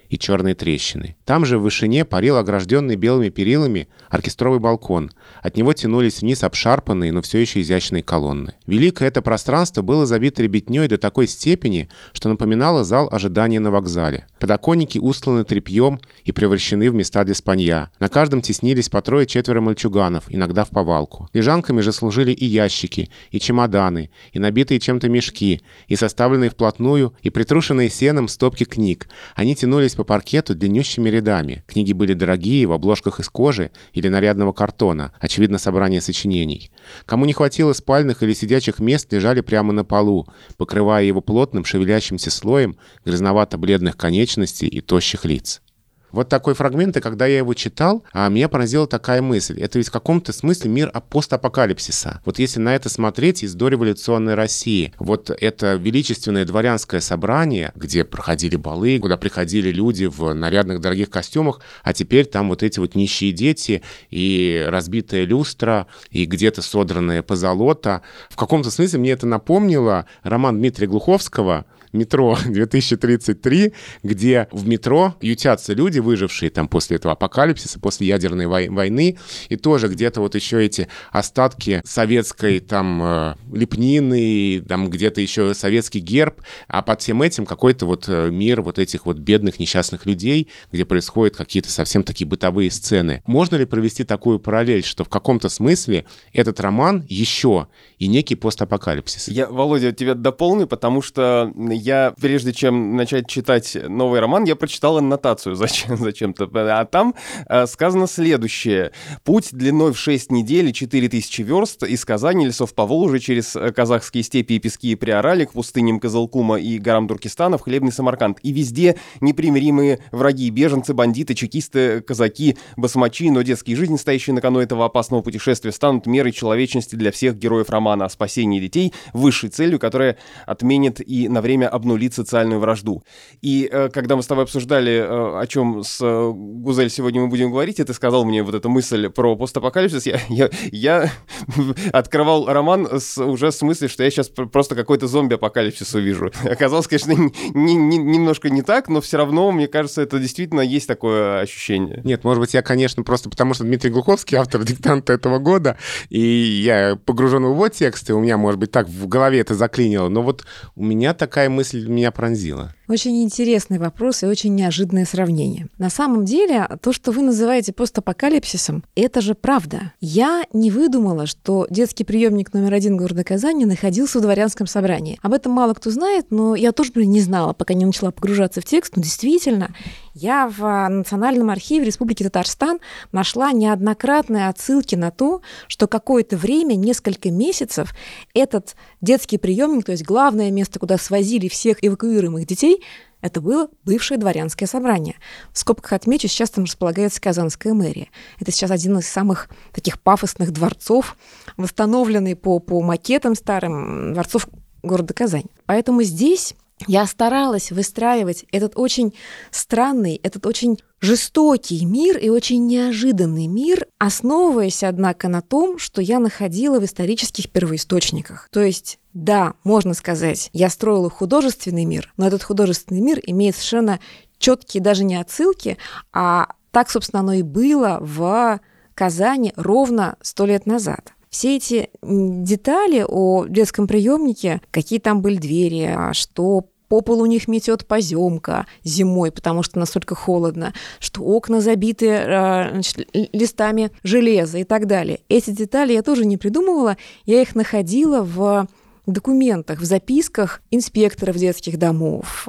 и черные трещины. Там же в вышине парил огражденный белыми перилами оркестровый балкон. От него тянулись вниз обшарпанные, но все еще изящные колонны. Великое это пространство было забито ребятней до такой степени, что напоминало зал ожидания на вокзале. Подоконники устланы тряпьем и превращены в места для спанья. На каждом теснились по трое-четверо мальчуганов, иногда в повалку. Лежанками же служили и ящики, и чемоданы, и набитые чем-то мешки, и составленные вплотную, и притрушенные сеном стопки книг. Они тянулись по паркету длиннющими рядами. Книги были дорогие, в обложках из кожи или нарядного картона, очевидно, собрание сочинений. Кому не хватило спальных или сидячих мест, лежали прямо на полу, покрывая его плотным шевелящимся слоем грязновато-бледных конечностей и тощих лиц. Вот такой фрагмент, и когда я его читал, а меня поразила такая мысль. Это ведь в каком-то смысле мир постапокалипсиса. Вот если на это смотреть из дореволюционной России, вот это величественное дворянское собрание, где проходили балы, куда приходили люди в нарядных дорогих костюмах, а теперь там вот эти вот нищие дети и разбитая люстра, и где-то содранная позолота. В каком-то смысле мне это напомнило роман Дмитрия Глуховского «Метро две тысячи тридцать три», где в метро ютятся люди, выжившие там после этого апокалипсиса, после ядерной вой- войны, и тоже где-то вот еще эти остатки советской там э, лепнины, там где-то еще советский герб, а под всем этим какой-то вот мир вот этих вот бедных несчастных людей, где происходят какие-то совсем такие бытовые сцены. Можно ли провести такую параллель, что в каком-то смысле этот роман еще и некий постапокалипсис? Я, Володя, тебя дополню, потому что я, прежде чем начать читать новый роман, я прочитал аннотацию зачем, зачем-то. А там э, сказано следующее. «Путь длиной в шесть недель и четыре тысячи верст из Казани, лесов Поволжья, через казахские степи и пески и Приорали, к пустыням Кызылкума и горам Туркестана, в хлебный Самарканд. И везде непримиримые враги, беженцы, бандиты, чекисты, казаки, басмачи, но детские жизни, стоящие на кону этого опасного путешествия, станут мерой человечности для всех героев романа о спасении детей, высшей целью, которая отменит и на время обнулит социальную вражду». И э, когда мы с тобой обсуждали, э, о чем с э, Гузель сегодня мы будем говорить, и ты сказал мне вот эту мысль про постапокалипсис, я, я, я открывал роман с, уже с мыслью, что я сейчас просто какой-то зомби-апокалипсис увижу. Оказалось, конечно, не, не, немножко не так, но все равно, мне кажется, это действительно есть такое ощущение. Нет, может быть, я, конечно, просто потому, что Дмитрий Глуховский, автор диктанта этого года, и я погружен в его тексты, у меня, может быть, так в голове это заклинило, но вот у меня такая мысль меня пронзила. Очень интересный вопрос и очень неожиданное сравнение. На самом деле, то, что вы называете постапокалипсисом, это же правда. Я не выдумала, что детский приемник номер один города Казани находился в дворянском собрании. Об этом мало кто знает, но я тоже не знала, пока не начала погружаться в текст. Но действительно, я в Национальном архиве Республики Татарстан нашла неоднократные отсылки на то, что какое-то время, несколько месяцев, этот детский приемник, то есть главное место, куда свозили всех эвакуируемых детей, это было бывшее дворянское собрание. В скобках отмечу, сейчас там располагается Казанская мэрия. Это сейчас один из самых таких пафосных дворцов, восстановленный по, по макетам старым дворцов города Казань. Поэтому здесь я старалась выстраивать этот очень странный, этот очень жестокий мир и очень неожиданный мир, основываясь, однако, на том, что я находила в исторических первоисточниках. То есть, да, можно сказать, я строила художественный мир, но этот художественный мир имеет совершенно четкие даже не отсылки, а так, собственно, оно и было в Казани ровно сто лет назад. Все эти детали о детском приемнике, какие там были двери, что по полу у них метет поземка зимой, потому что настолько холодно, что окна забиты значит, листами железа и так далее. Эти детали я тоже не придумывала, я их находила в документах, в записках инспекторов детских домов,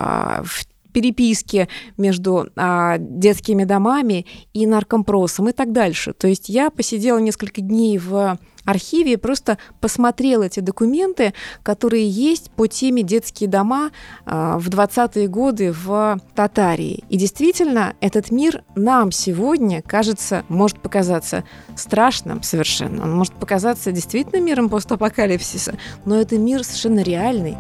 в переписке между а, детскими домами и наркомпросом и так дальше. То есть я посидела несколько дней в архиве и просто посмотрела эти документы, которые есть по теме «Детские дома» а, в двадцатые годы в Татарии. И действительно, этот мир нам сегодня, кажется, может показаться страшным совершенно. Он может показаться действительно миром постапокалипсиса, но это мир совершенно реальный.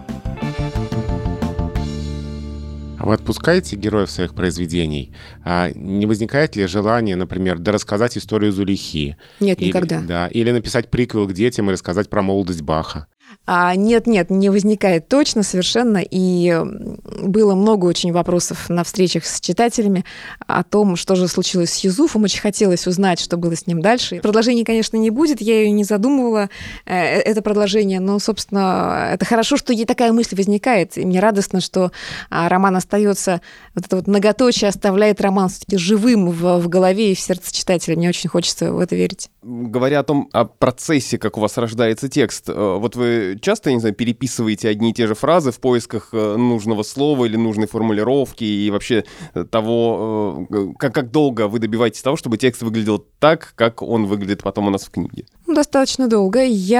Вы отпускаете героев своих произведений? А не возникает ли желание, например, дорассказать историю Зулейхи? Нет, или, никогда. Да, или написать приквел к детям и рассказать про молодость Баха? А, нет, нет, не возникает точно совершенно. И было много очень вопросов на встречах с читателями о том, что же случилось с Юзуфом. Очень хотелось узнать, что было с ним дальше. Продолжения, конечно, не будет. Я ее не задумывала, это продолжение. Но, собственно, это хорошо, что ей такая мысль возникает. И мне радостно, что роман остается, вот это вот многоточие оставляет роман все-таки живым в, в голове и в сердце читателя. Мне очень хочется в это верить. Говоря о том, о процессе, как у вас рождается текст, вот вы часто, не знаю, переписываете одни и те же фразы в поисках нужного слова или нужной формулировки и вообще того, как, как долго вы добиваетесь того, чтобы текст выглядел так, как он выглядит потом у нас в книге? Достаточно долго.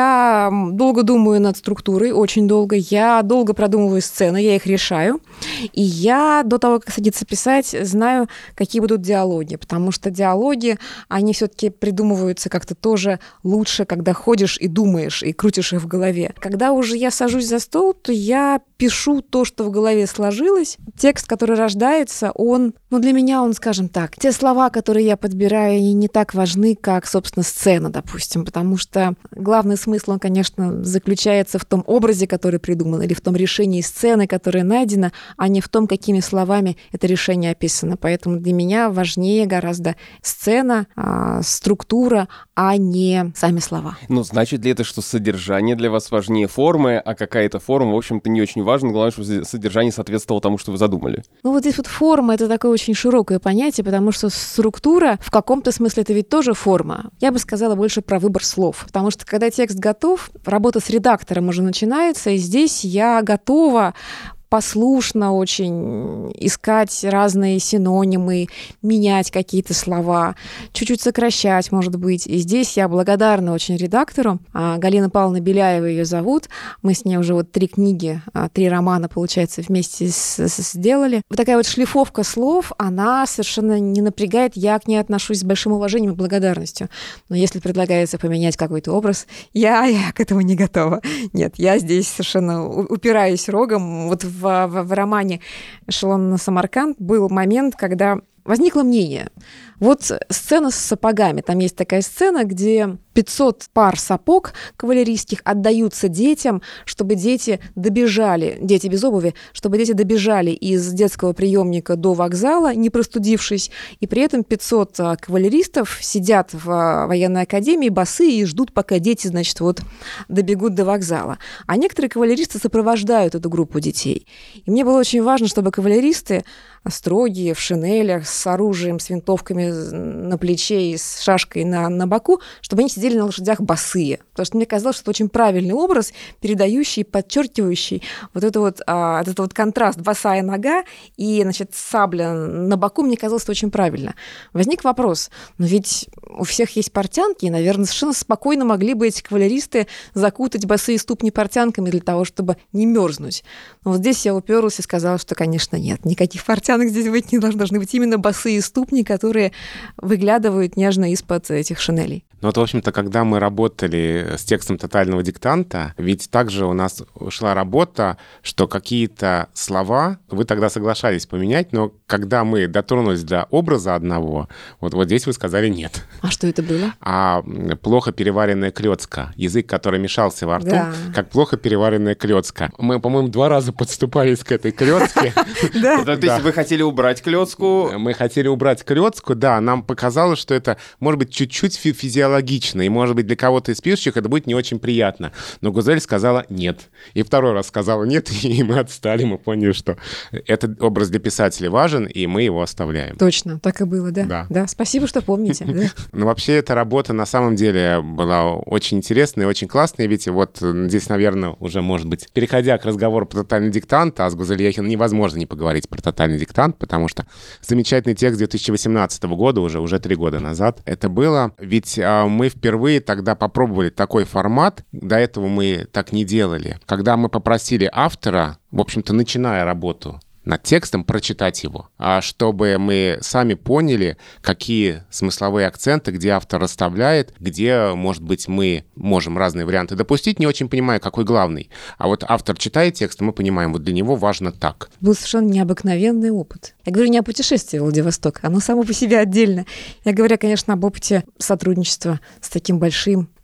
Я долго думаю над структурой, очень долго. Я долго продумываю сцены, я их решаю. И я до того, как садиться писать, знаю, какие будут диалоги, потому что диалоги, они все-таки придумываются как-то тоже лучше, когда ходишь и думаешь, и крутишь их в голове. Когда уже я сажусь за стол, то я пишу то, что в голове сложилось. Текст, который рождается, он, ну для меня он, скажем так, те слова, которые я подбираю, они не так важны, как, собственно, сцена, допустим, потому что главный смысл, он, конечно, заключается в том образе, который придуман, или в том решении сцены, которое найдено, а не в том, какими словами это решение описано. Поэтому для меня важнее гораздо сцена, э, структура, а не сами слова. Ну, значит ли это, что содержание для вас важнее формы, а какая-то форма, в общем-то, не очень важна, главное, чтобы содержание соответствовало тому, что вы задумали? Ну, вот здесь вот форма — это такое очень широкое понятие, потому что структура в каком-то смысле это ведь тоже форма. Я бы сказала больше про выбор слов, потому что когда текст готов, работа с редактором уже начинается, и здесь я готова послушно очень искать разные синонимы, менять какие-то слова, чуть-чуть сокращать, может быть. И здесь я благодарна очень редактору. Галина Павловна Беляева ее зовут. Мы с ней уже вот три книги, три романа, получается, вместе с, с, сделали. Вот такая вот шлифовка слов, она совершенно не напрягает. Я к ней отношусь с большим уважением и благодарностью. Но если предлагается поменять какой-то образ, я, я к этому не готова. Нет, я здесь совершенно упираюсь рогом. Вот в В, в, в романе «Эшелон на Самарканд» был момент, когда возникло мнение. Вот сцена с сапогами. Там есть такая сцена, где пятьсот пар сапог кавалерийских отдаются детям, чтобы дети добежали, дети без обуви, чтобы дети добежали из детского приемника до вокзала, не простудившись, и при этом пятьсот кавалеристов сидят в военной академии босые и ждут, пока дети, значит, вот добегут до вокзала. А некоторые кавалеристы сопровождают эту группу детей. И мне было очень важно, чтобы кавалеристы строгие, в шинелях, с оружием, с винтовками на плече и с шашкой на, на боку, чтобы они сидели на лошадях босые. Потому что мне казалось, что это очень правильный образ, передающий, подчеркивающий вот, это вот, а, этот вот контраст босая нога и, значит, сабля на боку. Мне казалось, это очень правильно. Возник вопрос, но ведь у всех есть портянки, и, наверное, совершенно спокойно могли бы эти кавалеристы закутать босые ступни портянками для того, чтобы не мерзнуть. Но вот здесь я уперлась и сказала, что, конечно, нет, никаких портянок здесь быть не должны. Должны быть именно босые ступни, которые выглядывают нежно из-под этих шинелей. Ну вот, в общем-то, когда мы работали с текстом тотального диктанта, ведь также у нас шла работа, что какие-то слова вы тогда соглашались поменять, но когда мы дотронулись до образа одного, вот, вот здесь вы сказали нет. А что это было? А плохо переваренная клёцка, язык, который мешался во рту, да. Как плохо переваренная клёцка. Мы, по-моему, два раза подступались к этой клёцке. Да. То есть вы хотели убрать клёцку? Мы хотели убрать клёцку, да. Нам показалось, что это, может быть, чуть-чуть физиологично, логично, и, может быть, для кого-то из пишущих это будет не очень приятно. Но Гузель сказала «нет». И второй раз сказала «нет», и мы отстали, мы поняли, что этот образ для писателя важен, и мы его оставляем. Точно, так и было, да. Да, да спасибо, что помните. Ну, вообще, эта работа на самом деле была очень интересная и очень классная, ведь вот здесь, наверное, уже, может быть, переходя к разговору про тотальный диктант, а с Гузель Яхиной невозможно не поговорить про тотальный диктант, потому что замечательный текст две тысячи восемнадцатого года, уже, уже три года назад, это было, ведь мы впервые тогда попробовали такой формат, до этого мы так не делали. Когда мы попросили автора, в общем-то, начиная работу над текстом, прочитать его, а чтобы мы сами поняли, какие смысловые акценты, где автор расставляет, где, может быть, мы можем разные варианты допустить, не очень понимая, какой главный. А вот автор читает текст, и мы понимаем, вот для него важно так. Был совершенно необыкновенный опыт. Я говорю не о путешествии в Владивосток, оно само по себе отдельно. Я говорю, конечно, об опыте сотрудничества с таким большим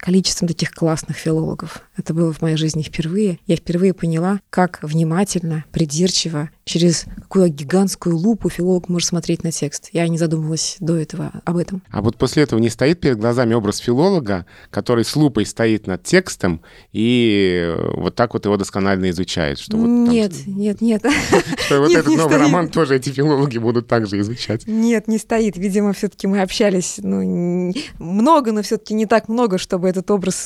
количеством таких классных филологов. Это было в моей жизни впервые. Я впервые поняла, как внимательно, придирчиво, через какую гигантскую лупу филолог может смотреть на текст. Я не задумывалась до этого об этом. А вот после этого не стоит перед глазами образ филолога, который с лупой стоит над текстом и вот так вот его досконально изучает? Что вот там, нет, нет, нет. Что вот этот новый роман тоже эти филологи будут также изучать? Нет, не стоит. Видимо, все-таки мы общались ну, много, но все-таки не так много, чтобы этот образ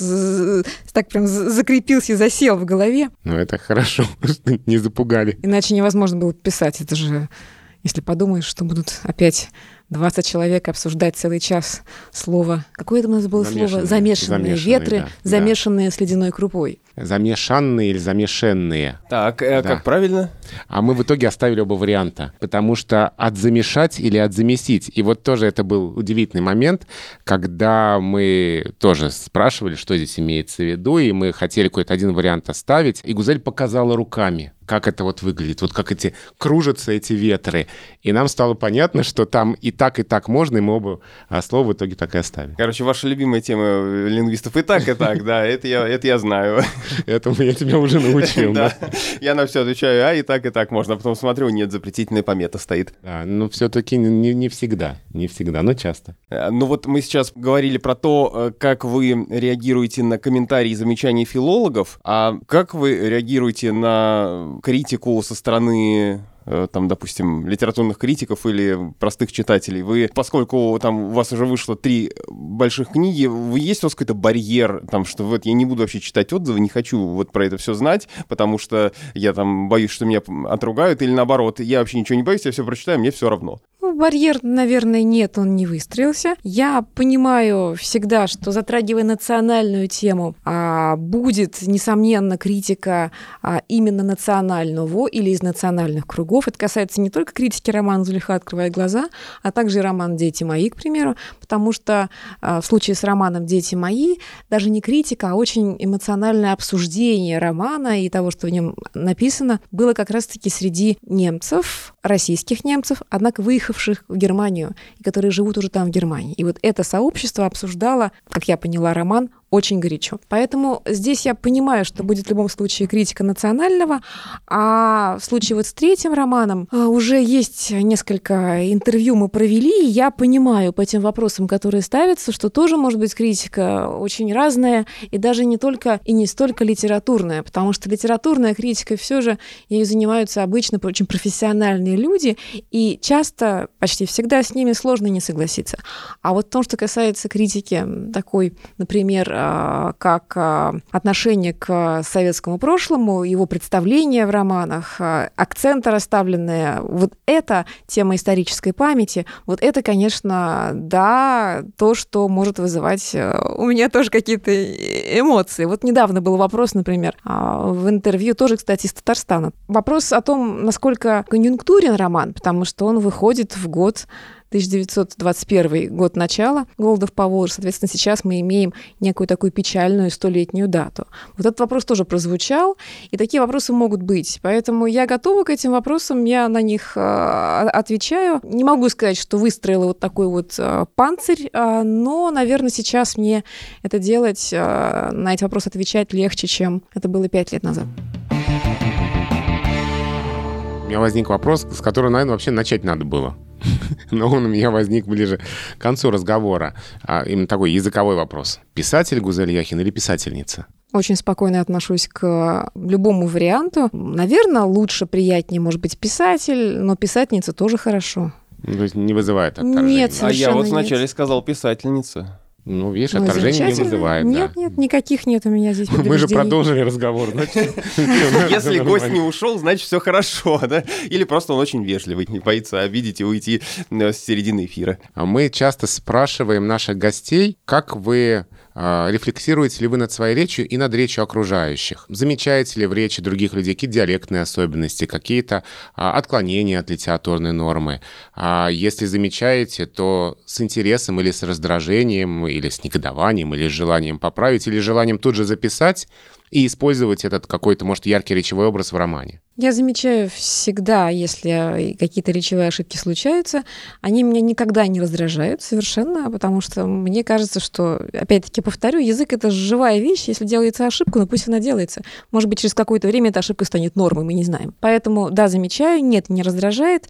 так прям закрепился и засел в голове. Ну, это хорошо, что не запугали. Иначе невозможно было писать. Это же, если подумаешь, что будут опять двадцать человек обсуждать целый час слово. Какое это у нас было Замешанные, слово? Замешанные, замешанные ветры, да, замешанные да. с ледяной крупой. Замешанные или замешанные. Так, э, да. как правильно? А мы в итоге оставили оба варианта, потому что отзамешать или отзамесить. И вот тоже это был удивительный момент, когда мы тоже спрашивали, что здесь имеется в виду, и мы хотели какой-то один вариант оставить, и Гузель показала руками, как это вот выглядит, вот как эти кружатся эти ветры. И нам стало понятно, что там и так, и так можно, и мы оба слова в итоге так и оставили. Короче, ваша любимая тема лингвистов и так, и так, да, это я, это я знаю. Этому я тебя уже научил. Да, я на все отвечаю, а и так, и так можно. А потом смотрю, нет, запретительная помета стоит. Да, но все-таки не, не всегда, не всегда, но часто. Ну вот мы сейчас говорили про то, как вы реагируете на комментарии и замечания филологов, а как вы реагируете на критику со стороны... там, допустим, литературных критиков или простых читателей. Вы, поскольку там у вас уже вышло три больших книги, вы есть у вас какой-то барьер, там, что вот я не буду вообще читать отзывы, не хочу вот про это все знать, потому что я там боюсь, что меня отругают, или наоборот, я вообще ничего не боюсь, я все прочитаю, мне все равно. Ну, барьер, наверное, нет, он не выстроился. Я понимаю всегда, что, затрагивая национальную тему, а, будет, несомненно, критика а, именно национального или из национальных кругов. Это касается не только критики романа «Зулейха открывает глаза», а также роман «Дети мои», к примеру, потому что а, в случае с романом «Дети мои» даже не критика, а очень эмоциональное обсуждение романа и того, что в нем написано, было как раз-таки среди немцев, российских немцев, однако выехавших в Германию, и которые живут уже там, в Германии. И вот это сообщество обсуждало, как я поняла, роман очень горячо. Поэтому здесь я понимаю, что будет в любом случае критика национального, а в случае вот с третьим романом уже есть несколько интервью мы провели, и я понимаю по тем вопросам, которые ставятся, что тоже может быть критика очень разная, и даже не только и не столько литературная, потому что литературная критика все же ею занимаются обычно очень профессиональные люди, и часто, почти всегда с ними сложно не согласиться. А вот в том, что касается критики такой, например, как отношение к советскому прошлому, его представления в романах, акценты расставленные, вот эта тема исторической памяти, вот это, конечно, да, то, что может вызывать у меня тоже какие-то эмоции. Вот недавно был вопрос, например, в интервью, тоже, кстати, из Татарстана. Вопрос о том, насколько конъюнктурен роман, потому что он выходит в год тысяча девятьсот двадцать первый год начала голода в Поволжье. Соответственно, сейчас мы имеем некую такую печальную столетнюю дату. Вот этот вопрос тоже прозвучал, и такие вопросы могут быть. Поэтому я готова к этим вопросам, я на них э, отвечаю. Не могу сказать, что выстроила вот такой вот э, панцирь, э, но, наверное, сейчас мне это делать, э, на эти вопросы отвечать легче, чем это было пять лет назад. У меня возник вопрос, с которого, наверное, вообще начать надо было. Но он у меня возник ближе к концу разговора. А, именно такой языковой вопрос. Писатель Гузель Яхин или писательница? Очень спокойно отношусь к любому варианту. Наверное, лучше, приятнее, может быть, писатель, но писательница тоже хорошо. То есть не вызывает отторжения? Нет, совершенно А я вот вначале нет. сказал писательница. Ну, видишь, Ну, отторжения не вызывает. Нет, да. нет, никаких нет у меня здесь Мы же предубеждений. продолжили разговор. Если гость не ушел, значит, все хорошо, да? Или просто он очень вежливый, не боится обидеть и уйти с середины эфира. Мы часто спрашиваем наших гостей, как вы э, рефлексируете ли вы над своей речью и над речью окружающих? Замечаете ли в речи других людей какие-то диалектные особенности, какие-то э, отклонения от литературной нормы? А если замечаете, то с интересом или с раздражением, или с негодованием, или с желанием поправить, или желанием тут же записать, и использовать этот какой-то, может, яркий речевой образ в романе? Я замечаю всегда, если какие-то речевые ошибки случаются, они меня никогда не раздражают совершенно, потому что мне кажется, что, опять-таки повторю, язык — это живая вещь, если делается ошибка, ну пусть она делается. Может быть, через какое-то время эта ошибка станет нормой, мы не знаем. Поэтому, да, замечаю, нет, не раздражает.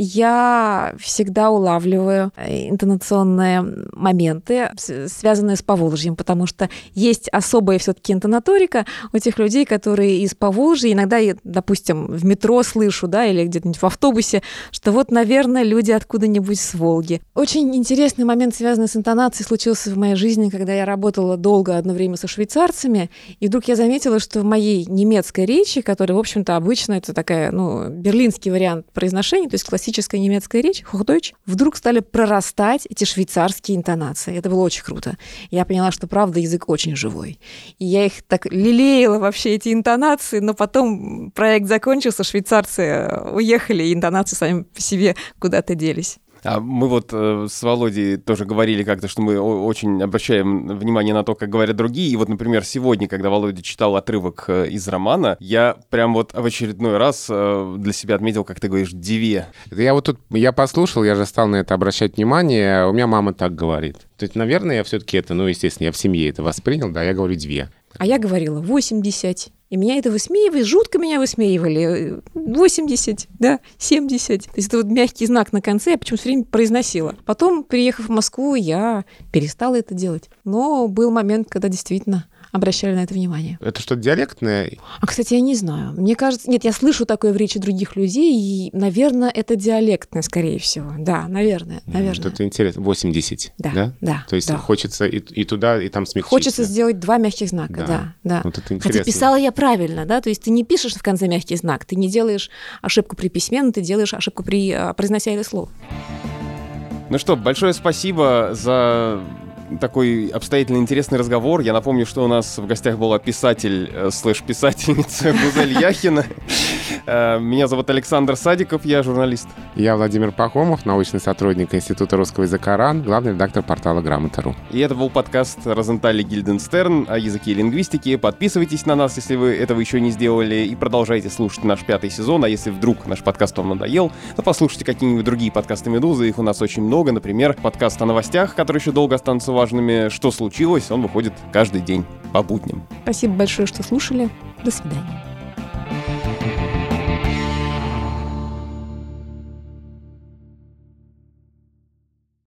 Я всегда улавливаю интонационные моменты, связанные с Поволжьем, потому что есть особая все-таки интонаторика у тех людей, которые из Поволжья. Иногда я, допустим, в метро слышу, да, или где-нибудь в автобусе, что вот, наверное, люди откуда-нибудь с Волги. Очень интересный момент, связанный с интонацией, случился в моей жизни, когда я работала долго одно время со швейцарцами, и вдруг я заметила, что в моей немецкой речи, которая, в общем-то, обычно это такая, ну, берлинский вариант произношения, то есть классическая немецкая речь, Hochdeutsch, вдруг стали прорастать эти швейцарские интонации. Это было очень круто. Я поняла, что, правда, язык очень живой. И я их так лелеяла вообще, эти интонации, но потом проект закончился, швейцарцы уехали, и интонации сами по себе куда-то делись. А мы вот э, с Володей тоже говорили как-то, что мы о- очень обращаем внимание на то, как говорят другие. И вот, например, сегодня, когда Володя читал отрывок э, из романа, я прям вот в очередной раз э, для себя отметил, как ты говоришь, «деве». Я вот тут, я послушал, я же стал на это обращать внимание. У меня мама так говорит. То есть, наверное, я все-таки это, ну, естественно, я в семье это воспринял, да, я говорю «две». А я говорила восемьдесят. И меня это высмеивали, жутко меня высмеивали. восемьдесят, да, семьдесят. То есть это вот мягкий знак на конце, я почему-то все время произносила. Потом, приехав в Москву, я перестала это делать. Но был момент, когда действительно обращали на это внимание. Это что-то диалектное? А, кстати, я не знаю. Мне кажется... Нет, я слышу такое в речи других людей, и, наверное, это диалектное, скорее всего. Да, наверное, наверное. Вот это интересно. восемьдесят, да? Да, да. То есть да. хочется и, и туда, и там смягчиться. Хочется сделать два мягких знака, да, да. да. Вот это интересно. Хотя писала я правильно, да, то есть ты не пишешь в конце мягкий знак, ты не делаешь ошибку при письме, но ты делаешь ошибку при произнося это слово. Ну что, большое спасибо за такой обстоятельный, интересный разговор. Я напомню, что у нас в гостях была писатель э, слэш-писательница Гузель Яхина. Э, меня зовут Александр Садиков, я журналист. Я Владимир Пахомов, научный сотрудник Института русского языка РАН, главный редактор портала Грамота точка ру. И это был подкаст Розенталь и Гильденстерн о языке и лингвистике. Подписывайтесь на нас, если вы этого еще не сделали, и продолжайте слушать наш пятый сезон. А если вдруг наш подкаст вам надоел, то послушайте какие-нибудь другие подкасты «Медузы». Их у нас очень много. Например, подкаст о новостях, который еще долго останется важными. «Что случилось?» Он выходит каждый день по будням. Спасибо большое, что слушали. До свидания.